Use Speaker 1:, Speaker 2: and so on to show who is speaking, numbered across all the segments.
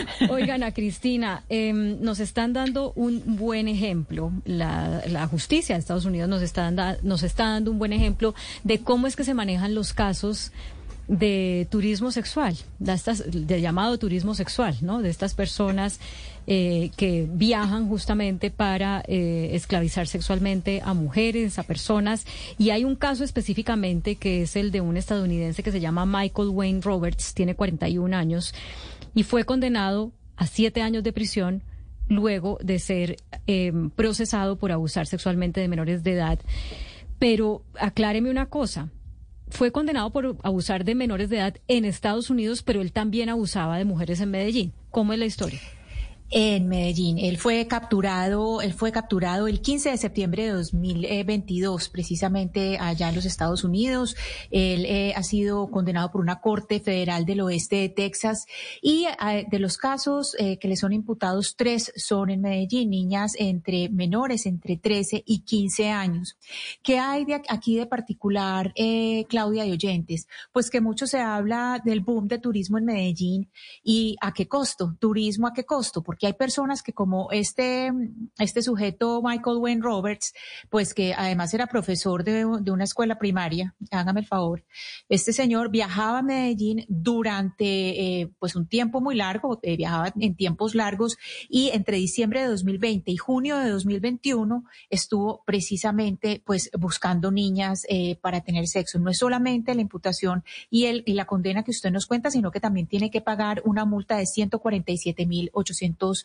Speaker 1: Oigan, a Cristina, nos están dando un buen ejemplo. La justicia de Estados Unidos nos está dando un buen ejemplo de cómo es que se manejan los casos de turismo sexual, de llamado turismo sexual, ¿no? De estas personas que viajan justamente para esclavizar sexualmente a mujeres, a personas. Y hay un caso específicamente que es el de un estadounidense que se llama Michael Wayne Roberts, tiene 41 años, y fue condenado a 7 años de prisión luego de ser procesado por abusar sexualmente de menores de edad. Pero acláreme una cosa. Fue condenado por abusar de menores de edad en Estados Unidos, pero él también abusaba de mujeres en Medellín. ¿Cómo es la historia?
Speaker 2: En Medellín. Él fue capturado el 15 de septiembre de 2022, precisamente allá en los Estados Unidos. Él ha sido condenado por una corte federal del oeste de Texas y de los casos que le son imputados, 3 son en Medellín, niñas menores entre 13 y 15 años. ¿Qué hay aquí de particular, Claudia y oyentes? Pues que mucho se habla del boom de turismo en Medellín y ¿a qué costo? ¿Turismo a qué costo? Porque hay personas que como este sujeto Michael Wayne Roberts, pues que además era profesor de una escuela primaria, hágame el favor, este señor viajaba a Medellín durante pues un tiempo muy largo, viajaba en tiempos largos y entre diciembre de 2020 y junio de 2021 estuvo precisamente pues buscando niñas para tener sexo. No es solamente la imputación y la condena que usted nos cuenta, sino que también tiene que pagar una multa de $147,844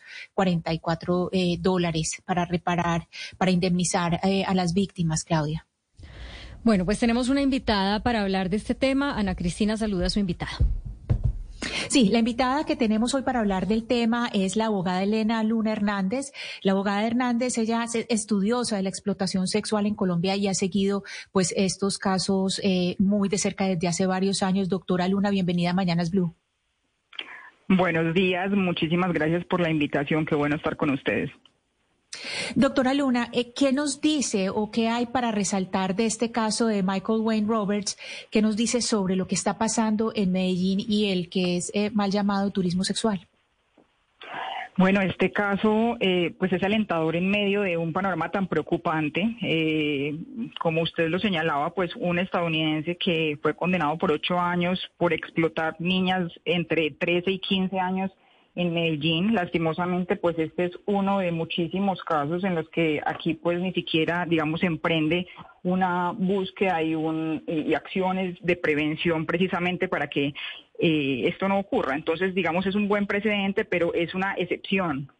Speaker 2: para indemnizar a las víctimas, Claudia.
Speaker 1: Bueno, pues tenemos una invitada para hablar de este tema. Ana Cristina, saluda a su invitada.
Speaker 2: Sí, la invitada que tenemos hoy para hablar del tema es la abogada Elena Luna Hernández. La abogada Hernández, ella es estudiosa de la explotación sexual en Colombia y ha seguido pues estos casos muy de cerca desde hace varios años. Doctora Luna, bienvenida a Mañanas Blue.
Speaker 3: Buenos días, muchísimas gracias por la invitación, qué bueno estar con ustedes.
Speaker 2: Doctora Luna, ¿qué nos dice o qué hay para resaltar de este caso de Michael Wayne Roberts? ¿Qué nos dice sobre lo que está pasando en Medellín y el que es mal llamado turismo sexual?
Speaker 3: Bueno, este caso pues es alentador en medio de un panorama tan preocupante. Como usted lo señalaba, pues un estadounidense que fue condenado por 8 años por explotar niñas entre 13 y 15 años en Medellín. Lastimosamente, pues este es uno de muchísimos casos en los que aquí pues ni siquiera, digamos, se emprende una búsqueda y acciones de prevención precisamente para que esto no ocurra. Entonces, digamos, es un buen precedente, pero es una excepción.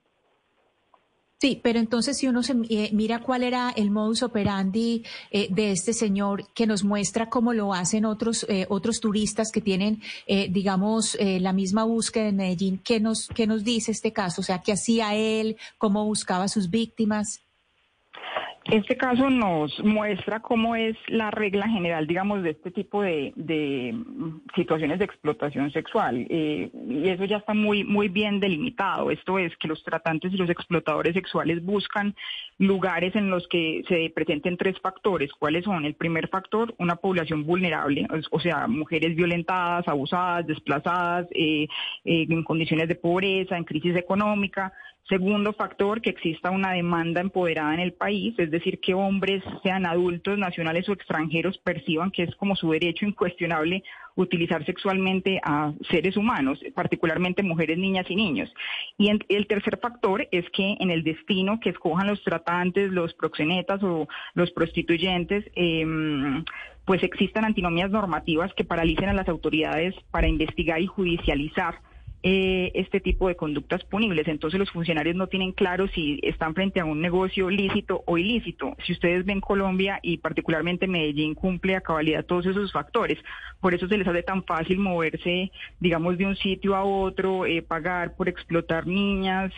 Speaker 2: Sí, pero entonces si uno mira cuál era el modus operandi de este señor, que nos muestra cómo lo hacen otros turistas que tienen, digamos, la misma búsqueda en Medellín, ¿qué nos dice este caso? O sea, ¿qué hacía él? ¿Cómo buscaba a sus víctimas?
Speaker 3: Este caso nos muestra cómo es la regla general, digamos, de este tipo de situaciones de explotación sexual. Y eso ya está muy, muy bien delimitado. Esto es que los tratantes y los explotadores sexuales buscan lugares en los que se presenten 3 factores. ¿Cuáles son? El primer factor, una población vulnerable, o sea, mujeres violentadas, abusadas, desplazadas, en condiciones de pobreza, en crisis económica. Segundo factor, que exista una demanda empoderada en el país, es decir, que hombres, sean adultos, nacionales o extranjeros, perciban que es como su derecho incuestionable utilizar sexualmente a seres humanos, particularmente mujeres, niñas y niños. Y el tercer factor es que en el destino que escojan los tratantes, los proxenetas o los prostituyentes, pues existan antinomias normativas que paralicen a las autoridades para investigar y judicializar este tipo de conductas punibles. Entonces los funcionarios no tienen claro si están frente a un negocio lícito o ilícito. Si ustedes ven, Colombia y particularmente Medellín cumple a cabalidad todos esos factores. Por eso se les hace tan fácil moverse, digamos, de un sitio a otro, pagar por explotar niñas,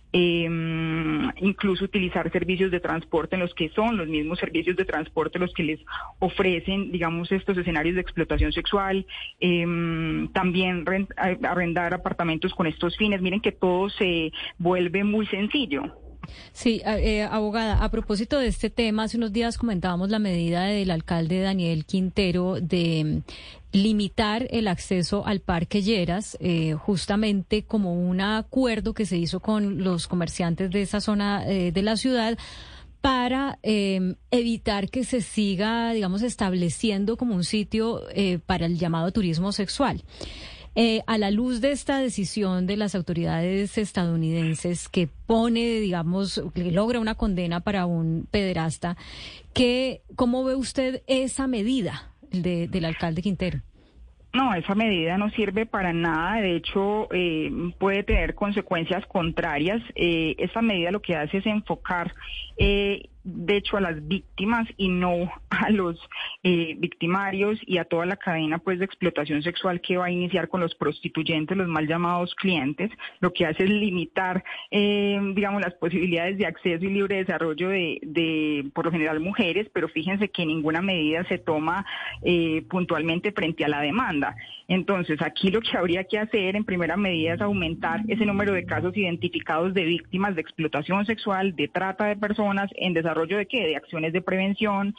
Speaker 3: incluso utilizar servicios de transporte en los que son los mismos servicios de transporte los que les ofrecen, digamos, estos escenarios de explotación sexual, también arrendar apartamentos con estos fines. Miren que todo se vuelve muy sencillo.
Speaker 1: Sí, abogada, a propósito de este tema, hace unos días comentábamos la medida del alcalde Daniel Quintero de limitar el acceso al Parque Lleras, justamente como un acuerdo que se hizo con los comerciantes de esa zona de la ciudad para evitar que se siga, digamos, estableciendo como un sitio para el llamado turismo sexual. A la luz de esta decisión de las autoridades estadounidenses que pone, digamos, que logra una condena para un pederasta, ¿cómo ve usted esa medida del alcalde Quintero?
Speaker 3: No, esa medida no sirve para nada. De hecho, puede tener consecuencias contrarias. Esa medida lo que hace es enfocar, de hecho, a las víctimas y no a los victimarios y a toda la cadena, pues, de explotación sexual que va a iniciar con los prostituyentes, los mal llamados clientes. Lo que hace es limitar, digamos, las posibilidades de acceso y libre desarrollo de, por lo general, mujeres, pero fíjense que ninguna medida se toma puntualmente frente a la demanda. Entonces, aquí lo que habría que hacer en primera medida es aumentar ese número de casos identificados de víctimas de explotación sexual, de trata de personas, en desarrollo de ¿qué? De acciones de prevención,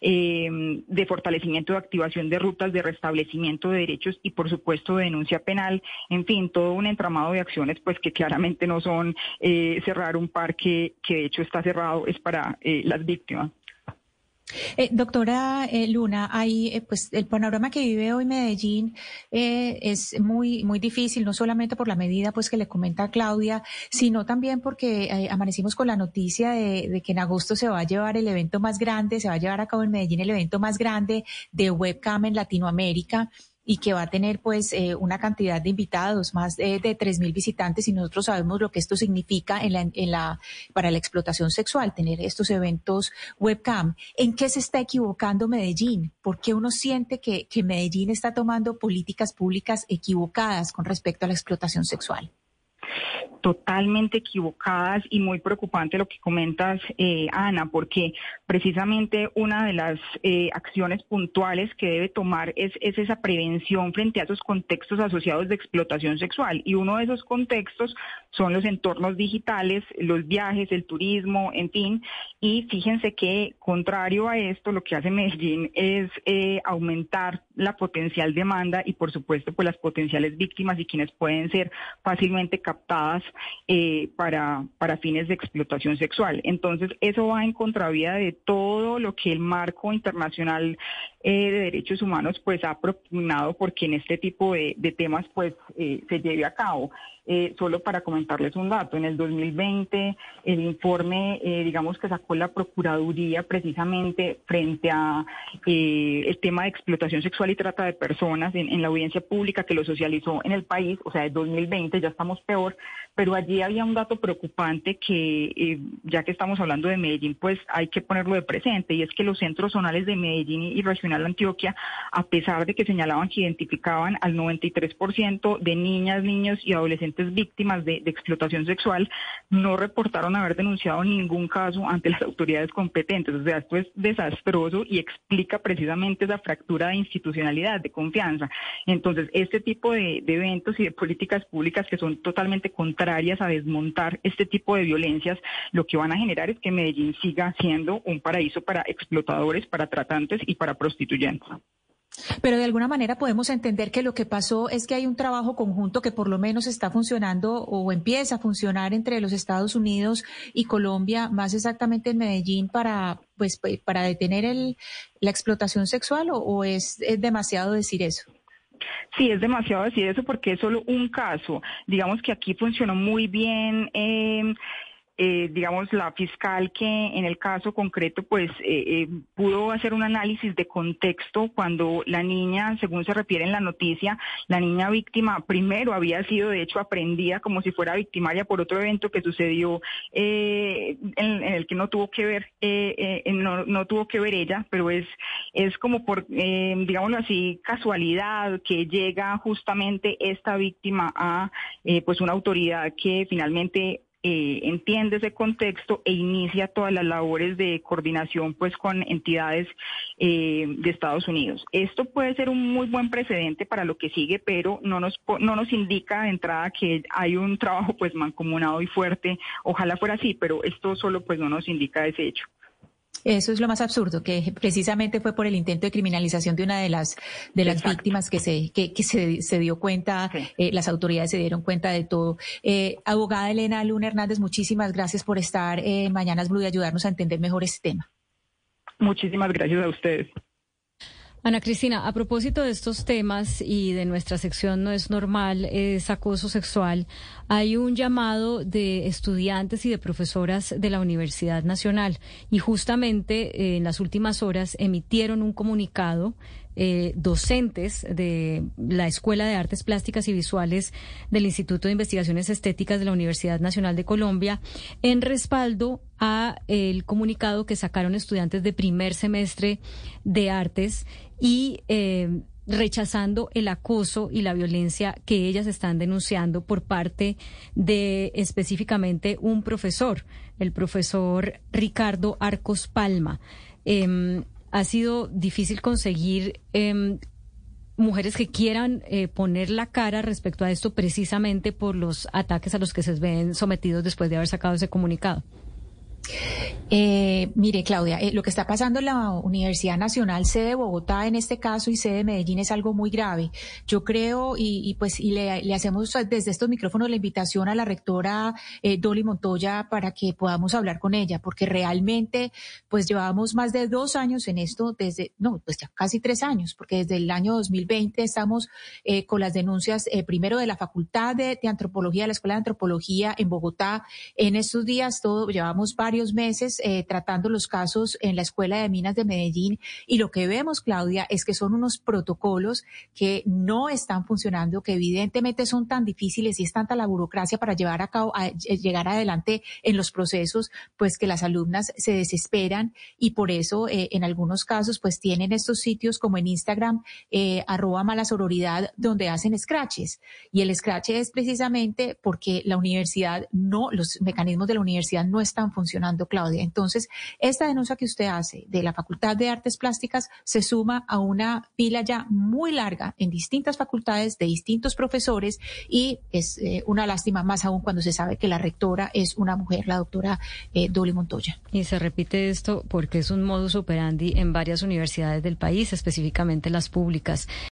Speaker 3: de fortalecimiento de activación de rutas de restablecimiento de derechos y, por supuesto, de denuncia penal. En fin, todo un entramado de acciones pues que claramente no son cerrar un parque que de hecho está cerrado, es para las víctimas.
Speaker 2: Doctora Luna, hay, pues el panorama que vive hoy Medellín es muy muy difícil, no solamente por la medida pues que le comenta Claudia, sino también porque amanecimos con la noticia de que en agosto se va a llevar el evento más grande, se va a llevar a cabo en Medellín el evento más grande de webcam en Latinoamérica, y que va a tener pues una cantidad de invitados, más de 3.000 visitantes, y nosotros sabemos lo que esto significa para la explotación sexual, tener estos eventos webcam. ¿En qué se está equivocando Medellín? ¿Por qué uno siente que Medellín está tomando políticas públicas equivocadas con respecto a la explotación sexual?
Speaker 3: Totalmente equivocadas y muy preocupante lo que comentas, Ana, porque precisamente una de las acciones puntuales que debe tomar es esa prevención frente a esos contextos asociados de explotación sexual. Y uno de esos contextos son los entornos digitales, los viajes, el turismo, en fin. Y fíjense que, contrario a esto, lo que hace Medellín es aumentar la potencial demanda y, por supuesto, pues las potenciales víctimas y quienes pueden ser fácilmente captadas para fines de explotación sexual. Entonces, eso va en contravía de todo lo que el marco internacional de derechos humanos pues ha propugnado porque en este tipo de temas pues se lleve a cabo. Solo para comentarles un dato, en el 2020 el informe, digamos que sacó la Procuraduría precisamente frente a el tema de explotación sexual y trata de personas en la audiencia pública que lo socializó en el país, o sea, en 2020 ya estamos peor, pero allí había un dato preocupante que ya que estamos hablando de Medellín, pues hay que ponerlo de presente, y es que los centros zonales de Medellín y Regional Antioquia, a pesar de que señalaban que identificaban al 93% de niñas, niños y adolescentes víctimas de explotación sexual, no reportaron haber denunciado ningún caso ante las autoridades competentes. O sea, esto es desastroso y explica precisamente esa fractura de institucionalidad, de confianza. Entonces, este tipo de eventos y de políticas públicas que son totalmente contrarias a desmontar este tipo de violencias, lo que van a generar es que Medellín siga siendo un paraíso para explotadores, para tratantes y para prostituyentes.
Speaker 2: Pero de alguna manera podemos entender que lo que pasó es que hay un trabajo conjunto que por lo menos está funcionando o empieza a funcionar entre los Estados Unidos y Colombia, más exactamente en Medellín, para detener la explotación sexual, o es demasiado decir eso.
Speaker 3: Sí, es demasiado decir eso porque es solo un caso. Digamos que aquí funcionó muy bien. Digamos, la fiscal que en el caso concreto pues pudo hacer un análisis de contexto cuando la niña, según se refiere en la noticia, la niña víctima primero había sido de hecho aprendida como si fuera victimaria por otro evento que sucedió en el que no tuvo que ver no tuvo que ver ella, pero es como por digámoslo así, casualidad que llega justamente esta víctima a pues una autoridad que finalmente entiende ese contexto e inicia todas las labores de coordinación pues con entidades de Estados Unidos. Esto puede ser un muy buen precedente para lo que sigue, pero no nos indica de entrada que hay un trabajo pues mancomunado y fuerte. Ojalá fuera así, pero esto solo pues no nos indica ese hecho.
Speaker 2: Eso es lo más absurdo, que precisamente fue por el intento de criminalización de una de las víctimas que se dio cuenta, sí. Las autoridades se dieron cuenta de todo. Abogada Elena Luna Hernández, muchísimas gracias por estar en Mañanas Blue y ayudarnos a entender mejor este tema.
Speaker 3: Muchísimas gracias a ustedes.
Speaker 1: Ana Cristina, a propósito de estos temas y de nuestra sección No es normal, es acoso sexual, hay un llamado de estudiantes y de profesoras de la Universidad Nacional y justamente en las últimas horas emitieron un comunicado docentes de la Escuela de Artes Plásticas y Visuales del Instituto de Investigaciones Estéticas de la Universidad Nacional de Colombia en respaldo a el comunicado que sacaron estudiantes de primer semestre de artes y rechazando el acoso y la violencia que ellas están denunciando por parte de específicamente un profesor, el profesor Ricardo Arcos Palma. Ha sido difícil conseguir mujeres que quieran poner la cara respecto a esto precisamente por los ataques a los que se ven sometidos después de haber sacado ese comunicado.
Speaker 2: Mire, Claudia, lo que está pasando en la Universidad Nacional, sede de Bogotá en este caso y sede de Medellín es algo muy grave. Yo creo y le hacemos desde estos micrófonos la invitación a la rectora Dolly Montoya para que podamos hablar con ella, porque realmente pues llevamos más de 2 años en esto, pues ya casi 3 años, porque desde el año 2020 estamos con las denuncias primero de la Facultad de Antropología, de la Escuela de Antropología en Bogotá. En estos días llevamos varios meses tratando los casos en la Escuela de Minas de Medellín y lo que vemos, Claudia, es que son unos protocolos que no están funcionando, que evidentemente son tan difíciles y es tanta la burocracia para llevar a cabo, llegar adelante en los procesos, pues que las alumnas se desesperan y por eso en algunos casos pues tienen estos sitios como en Instagram @malasororidad donde hacen scratches y el scratch es precisamente porque la universidad los mecanismos de la universidad no están funcionando, Claudia. Entonces, esta denuncia que usted hace de la Facultad de Artes Plásticas se suma a una fila ya muy larga en distintas facultades de distintos profesores y es una lástima más aún cuando se sabe que la rectora es una mujer, la doctora Dolly Montoya.
Speaker 1: Y se repite esto porque es un modus operandi en varias universidades del país, específicamente las públicas.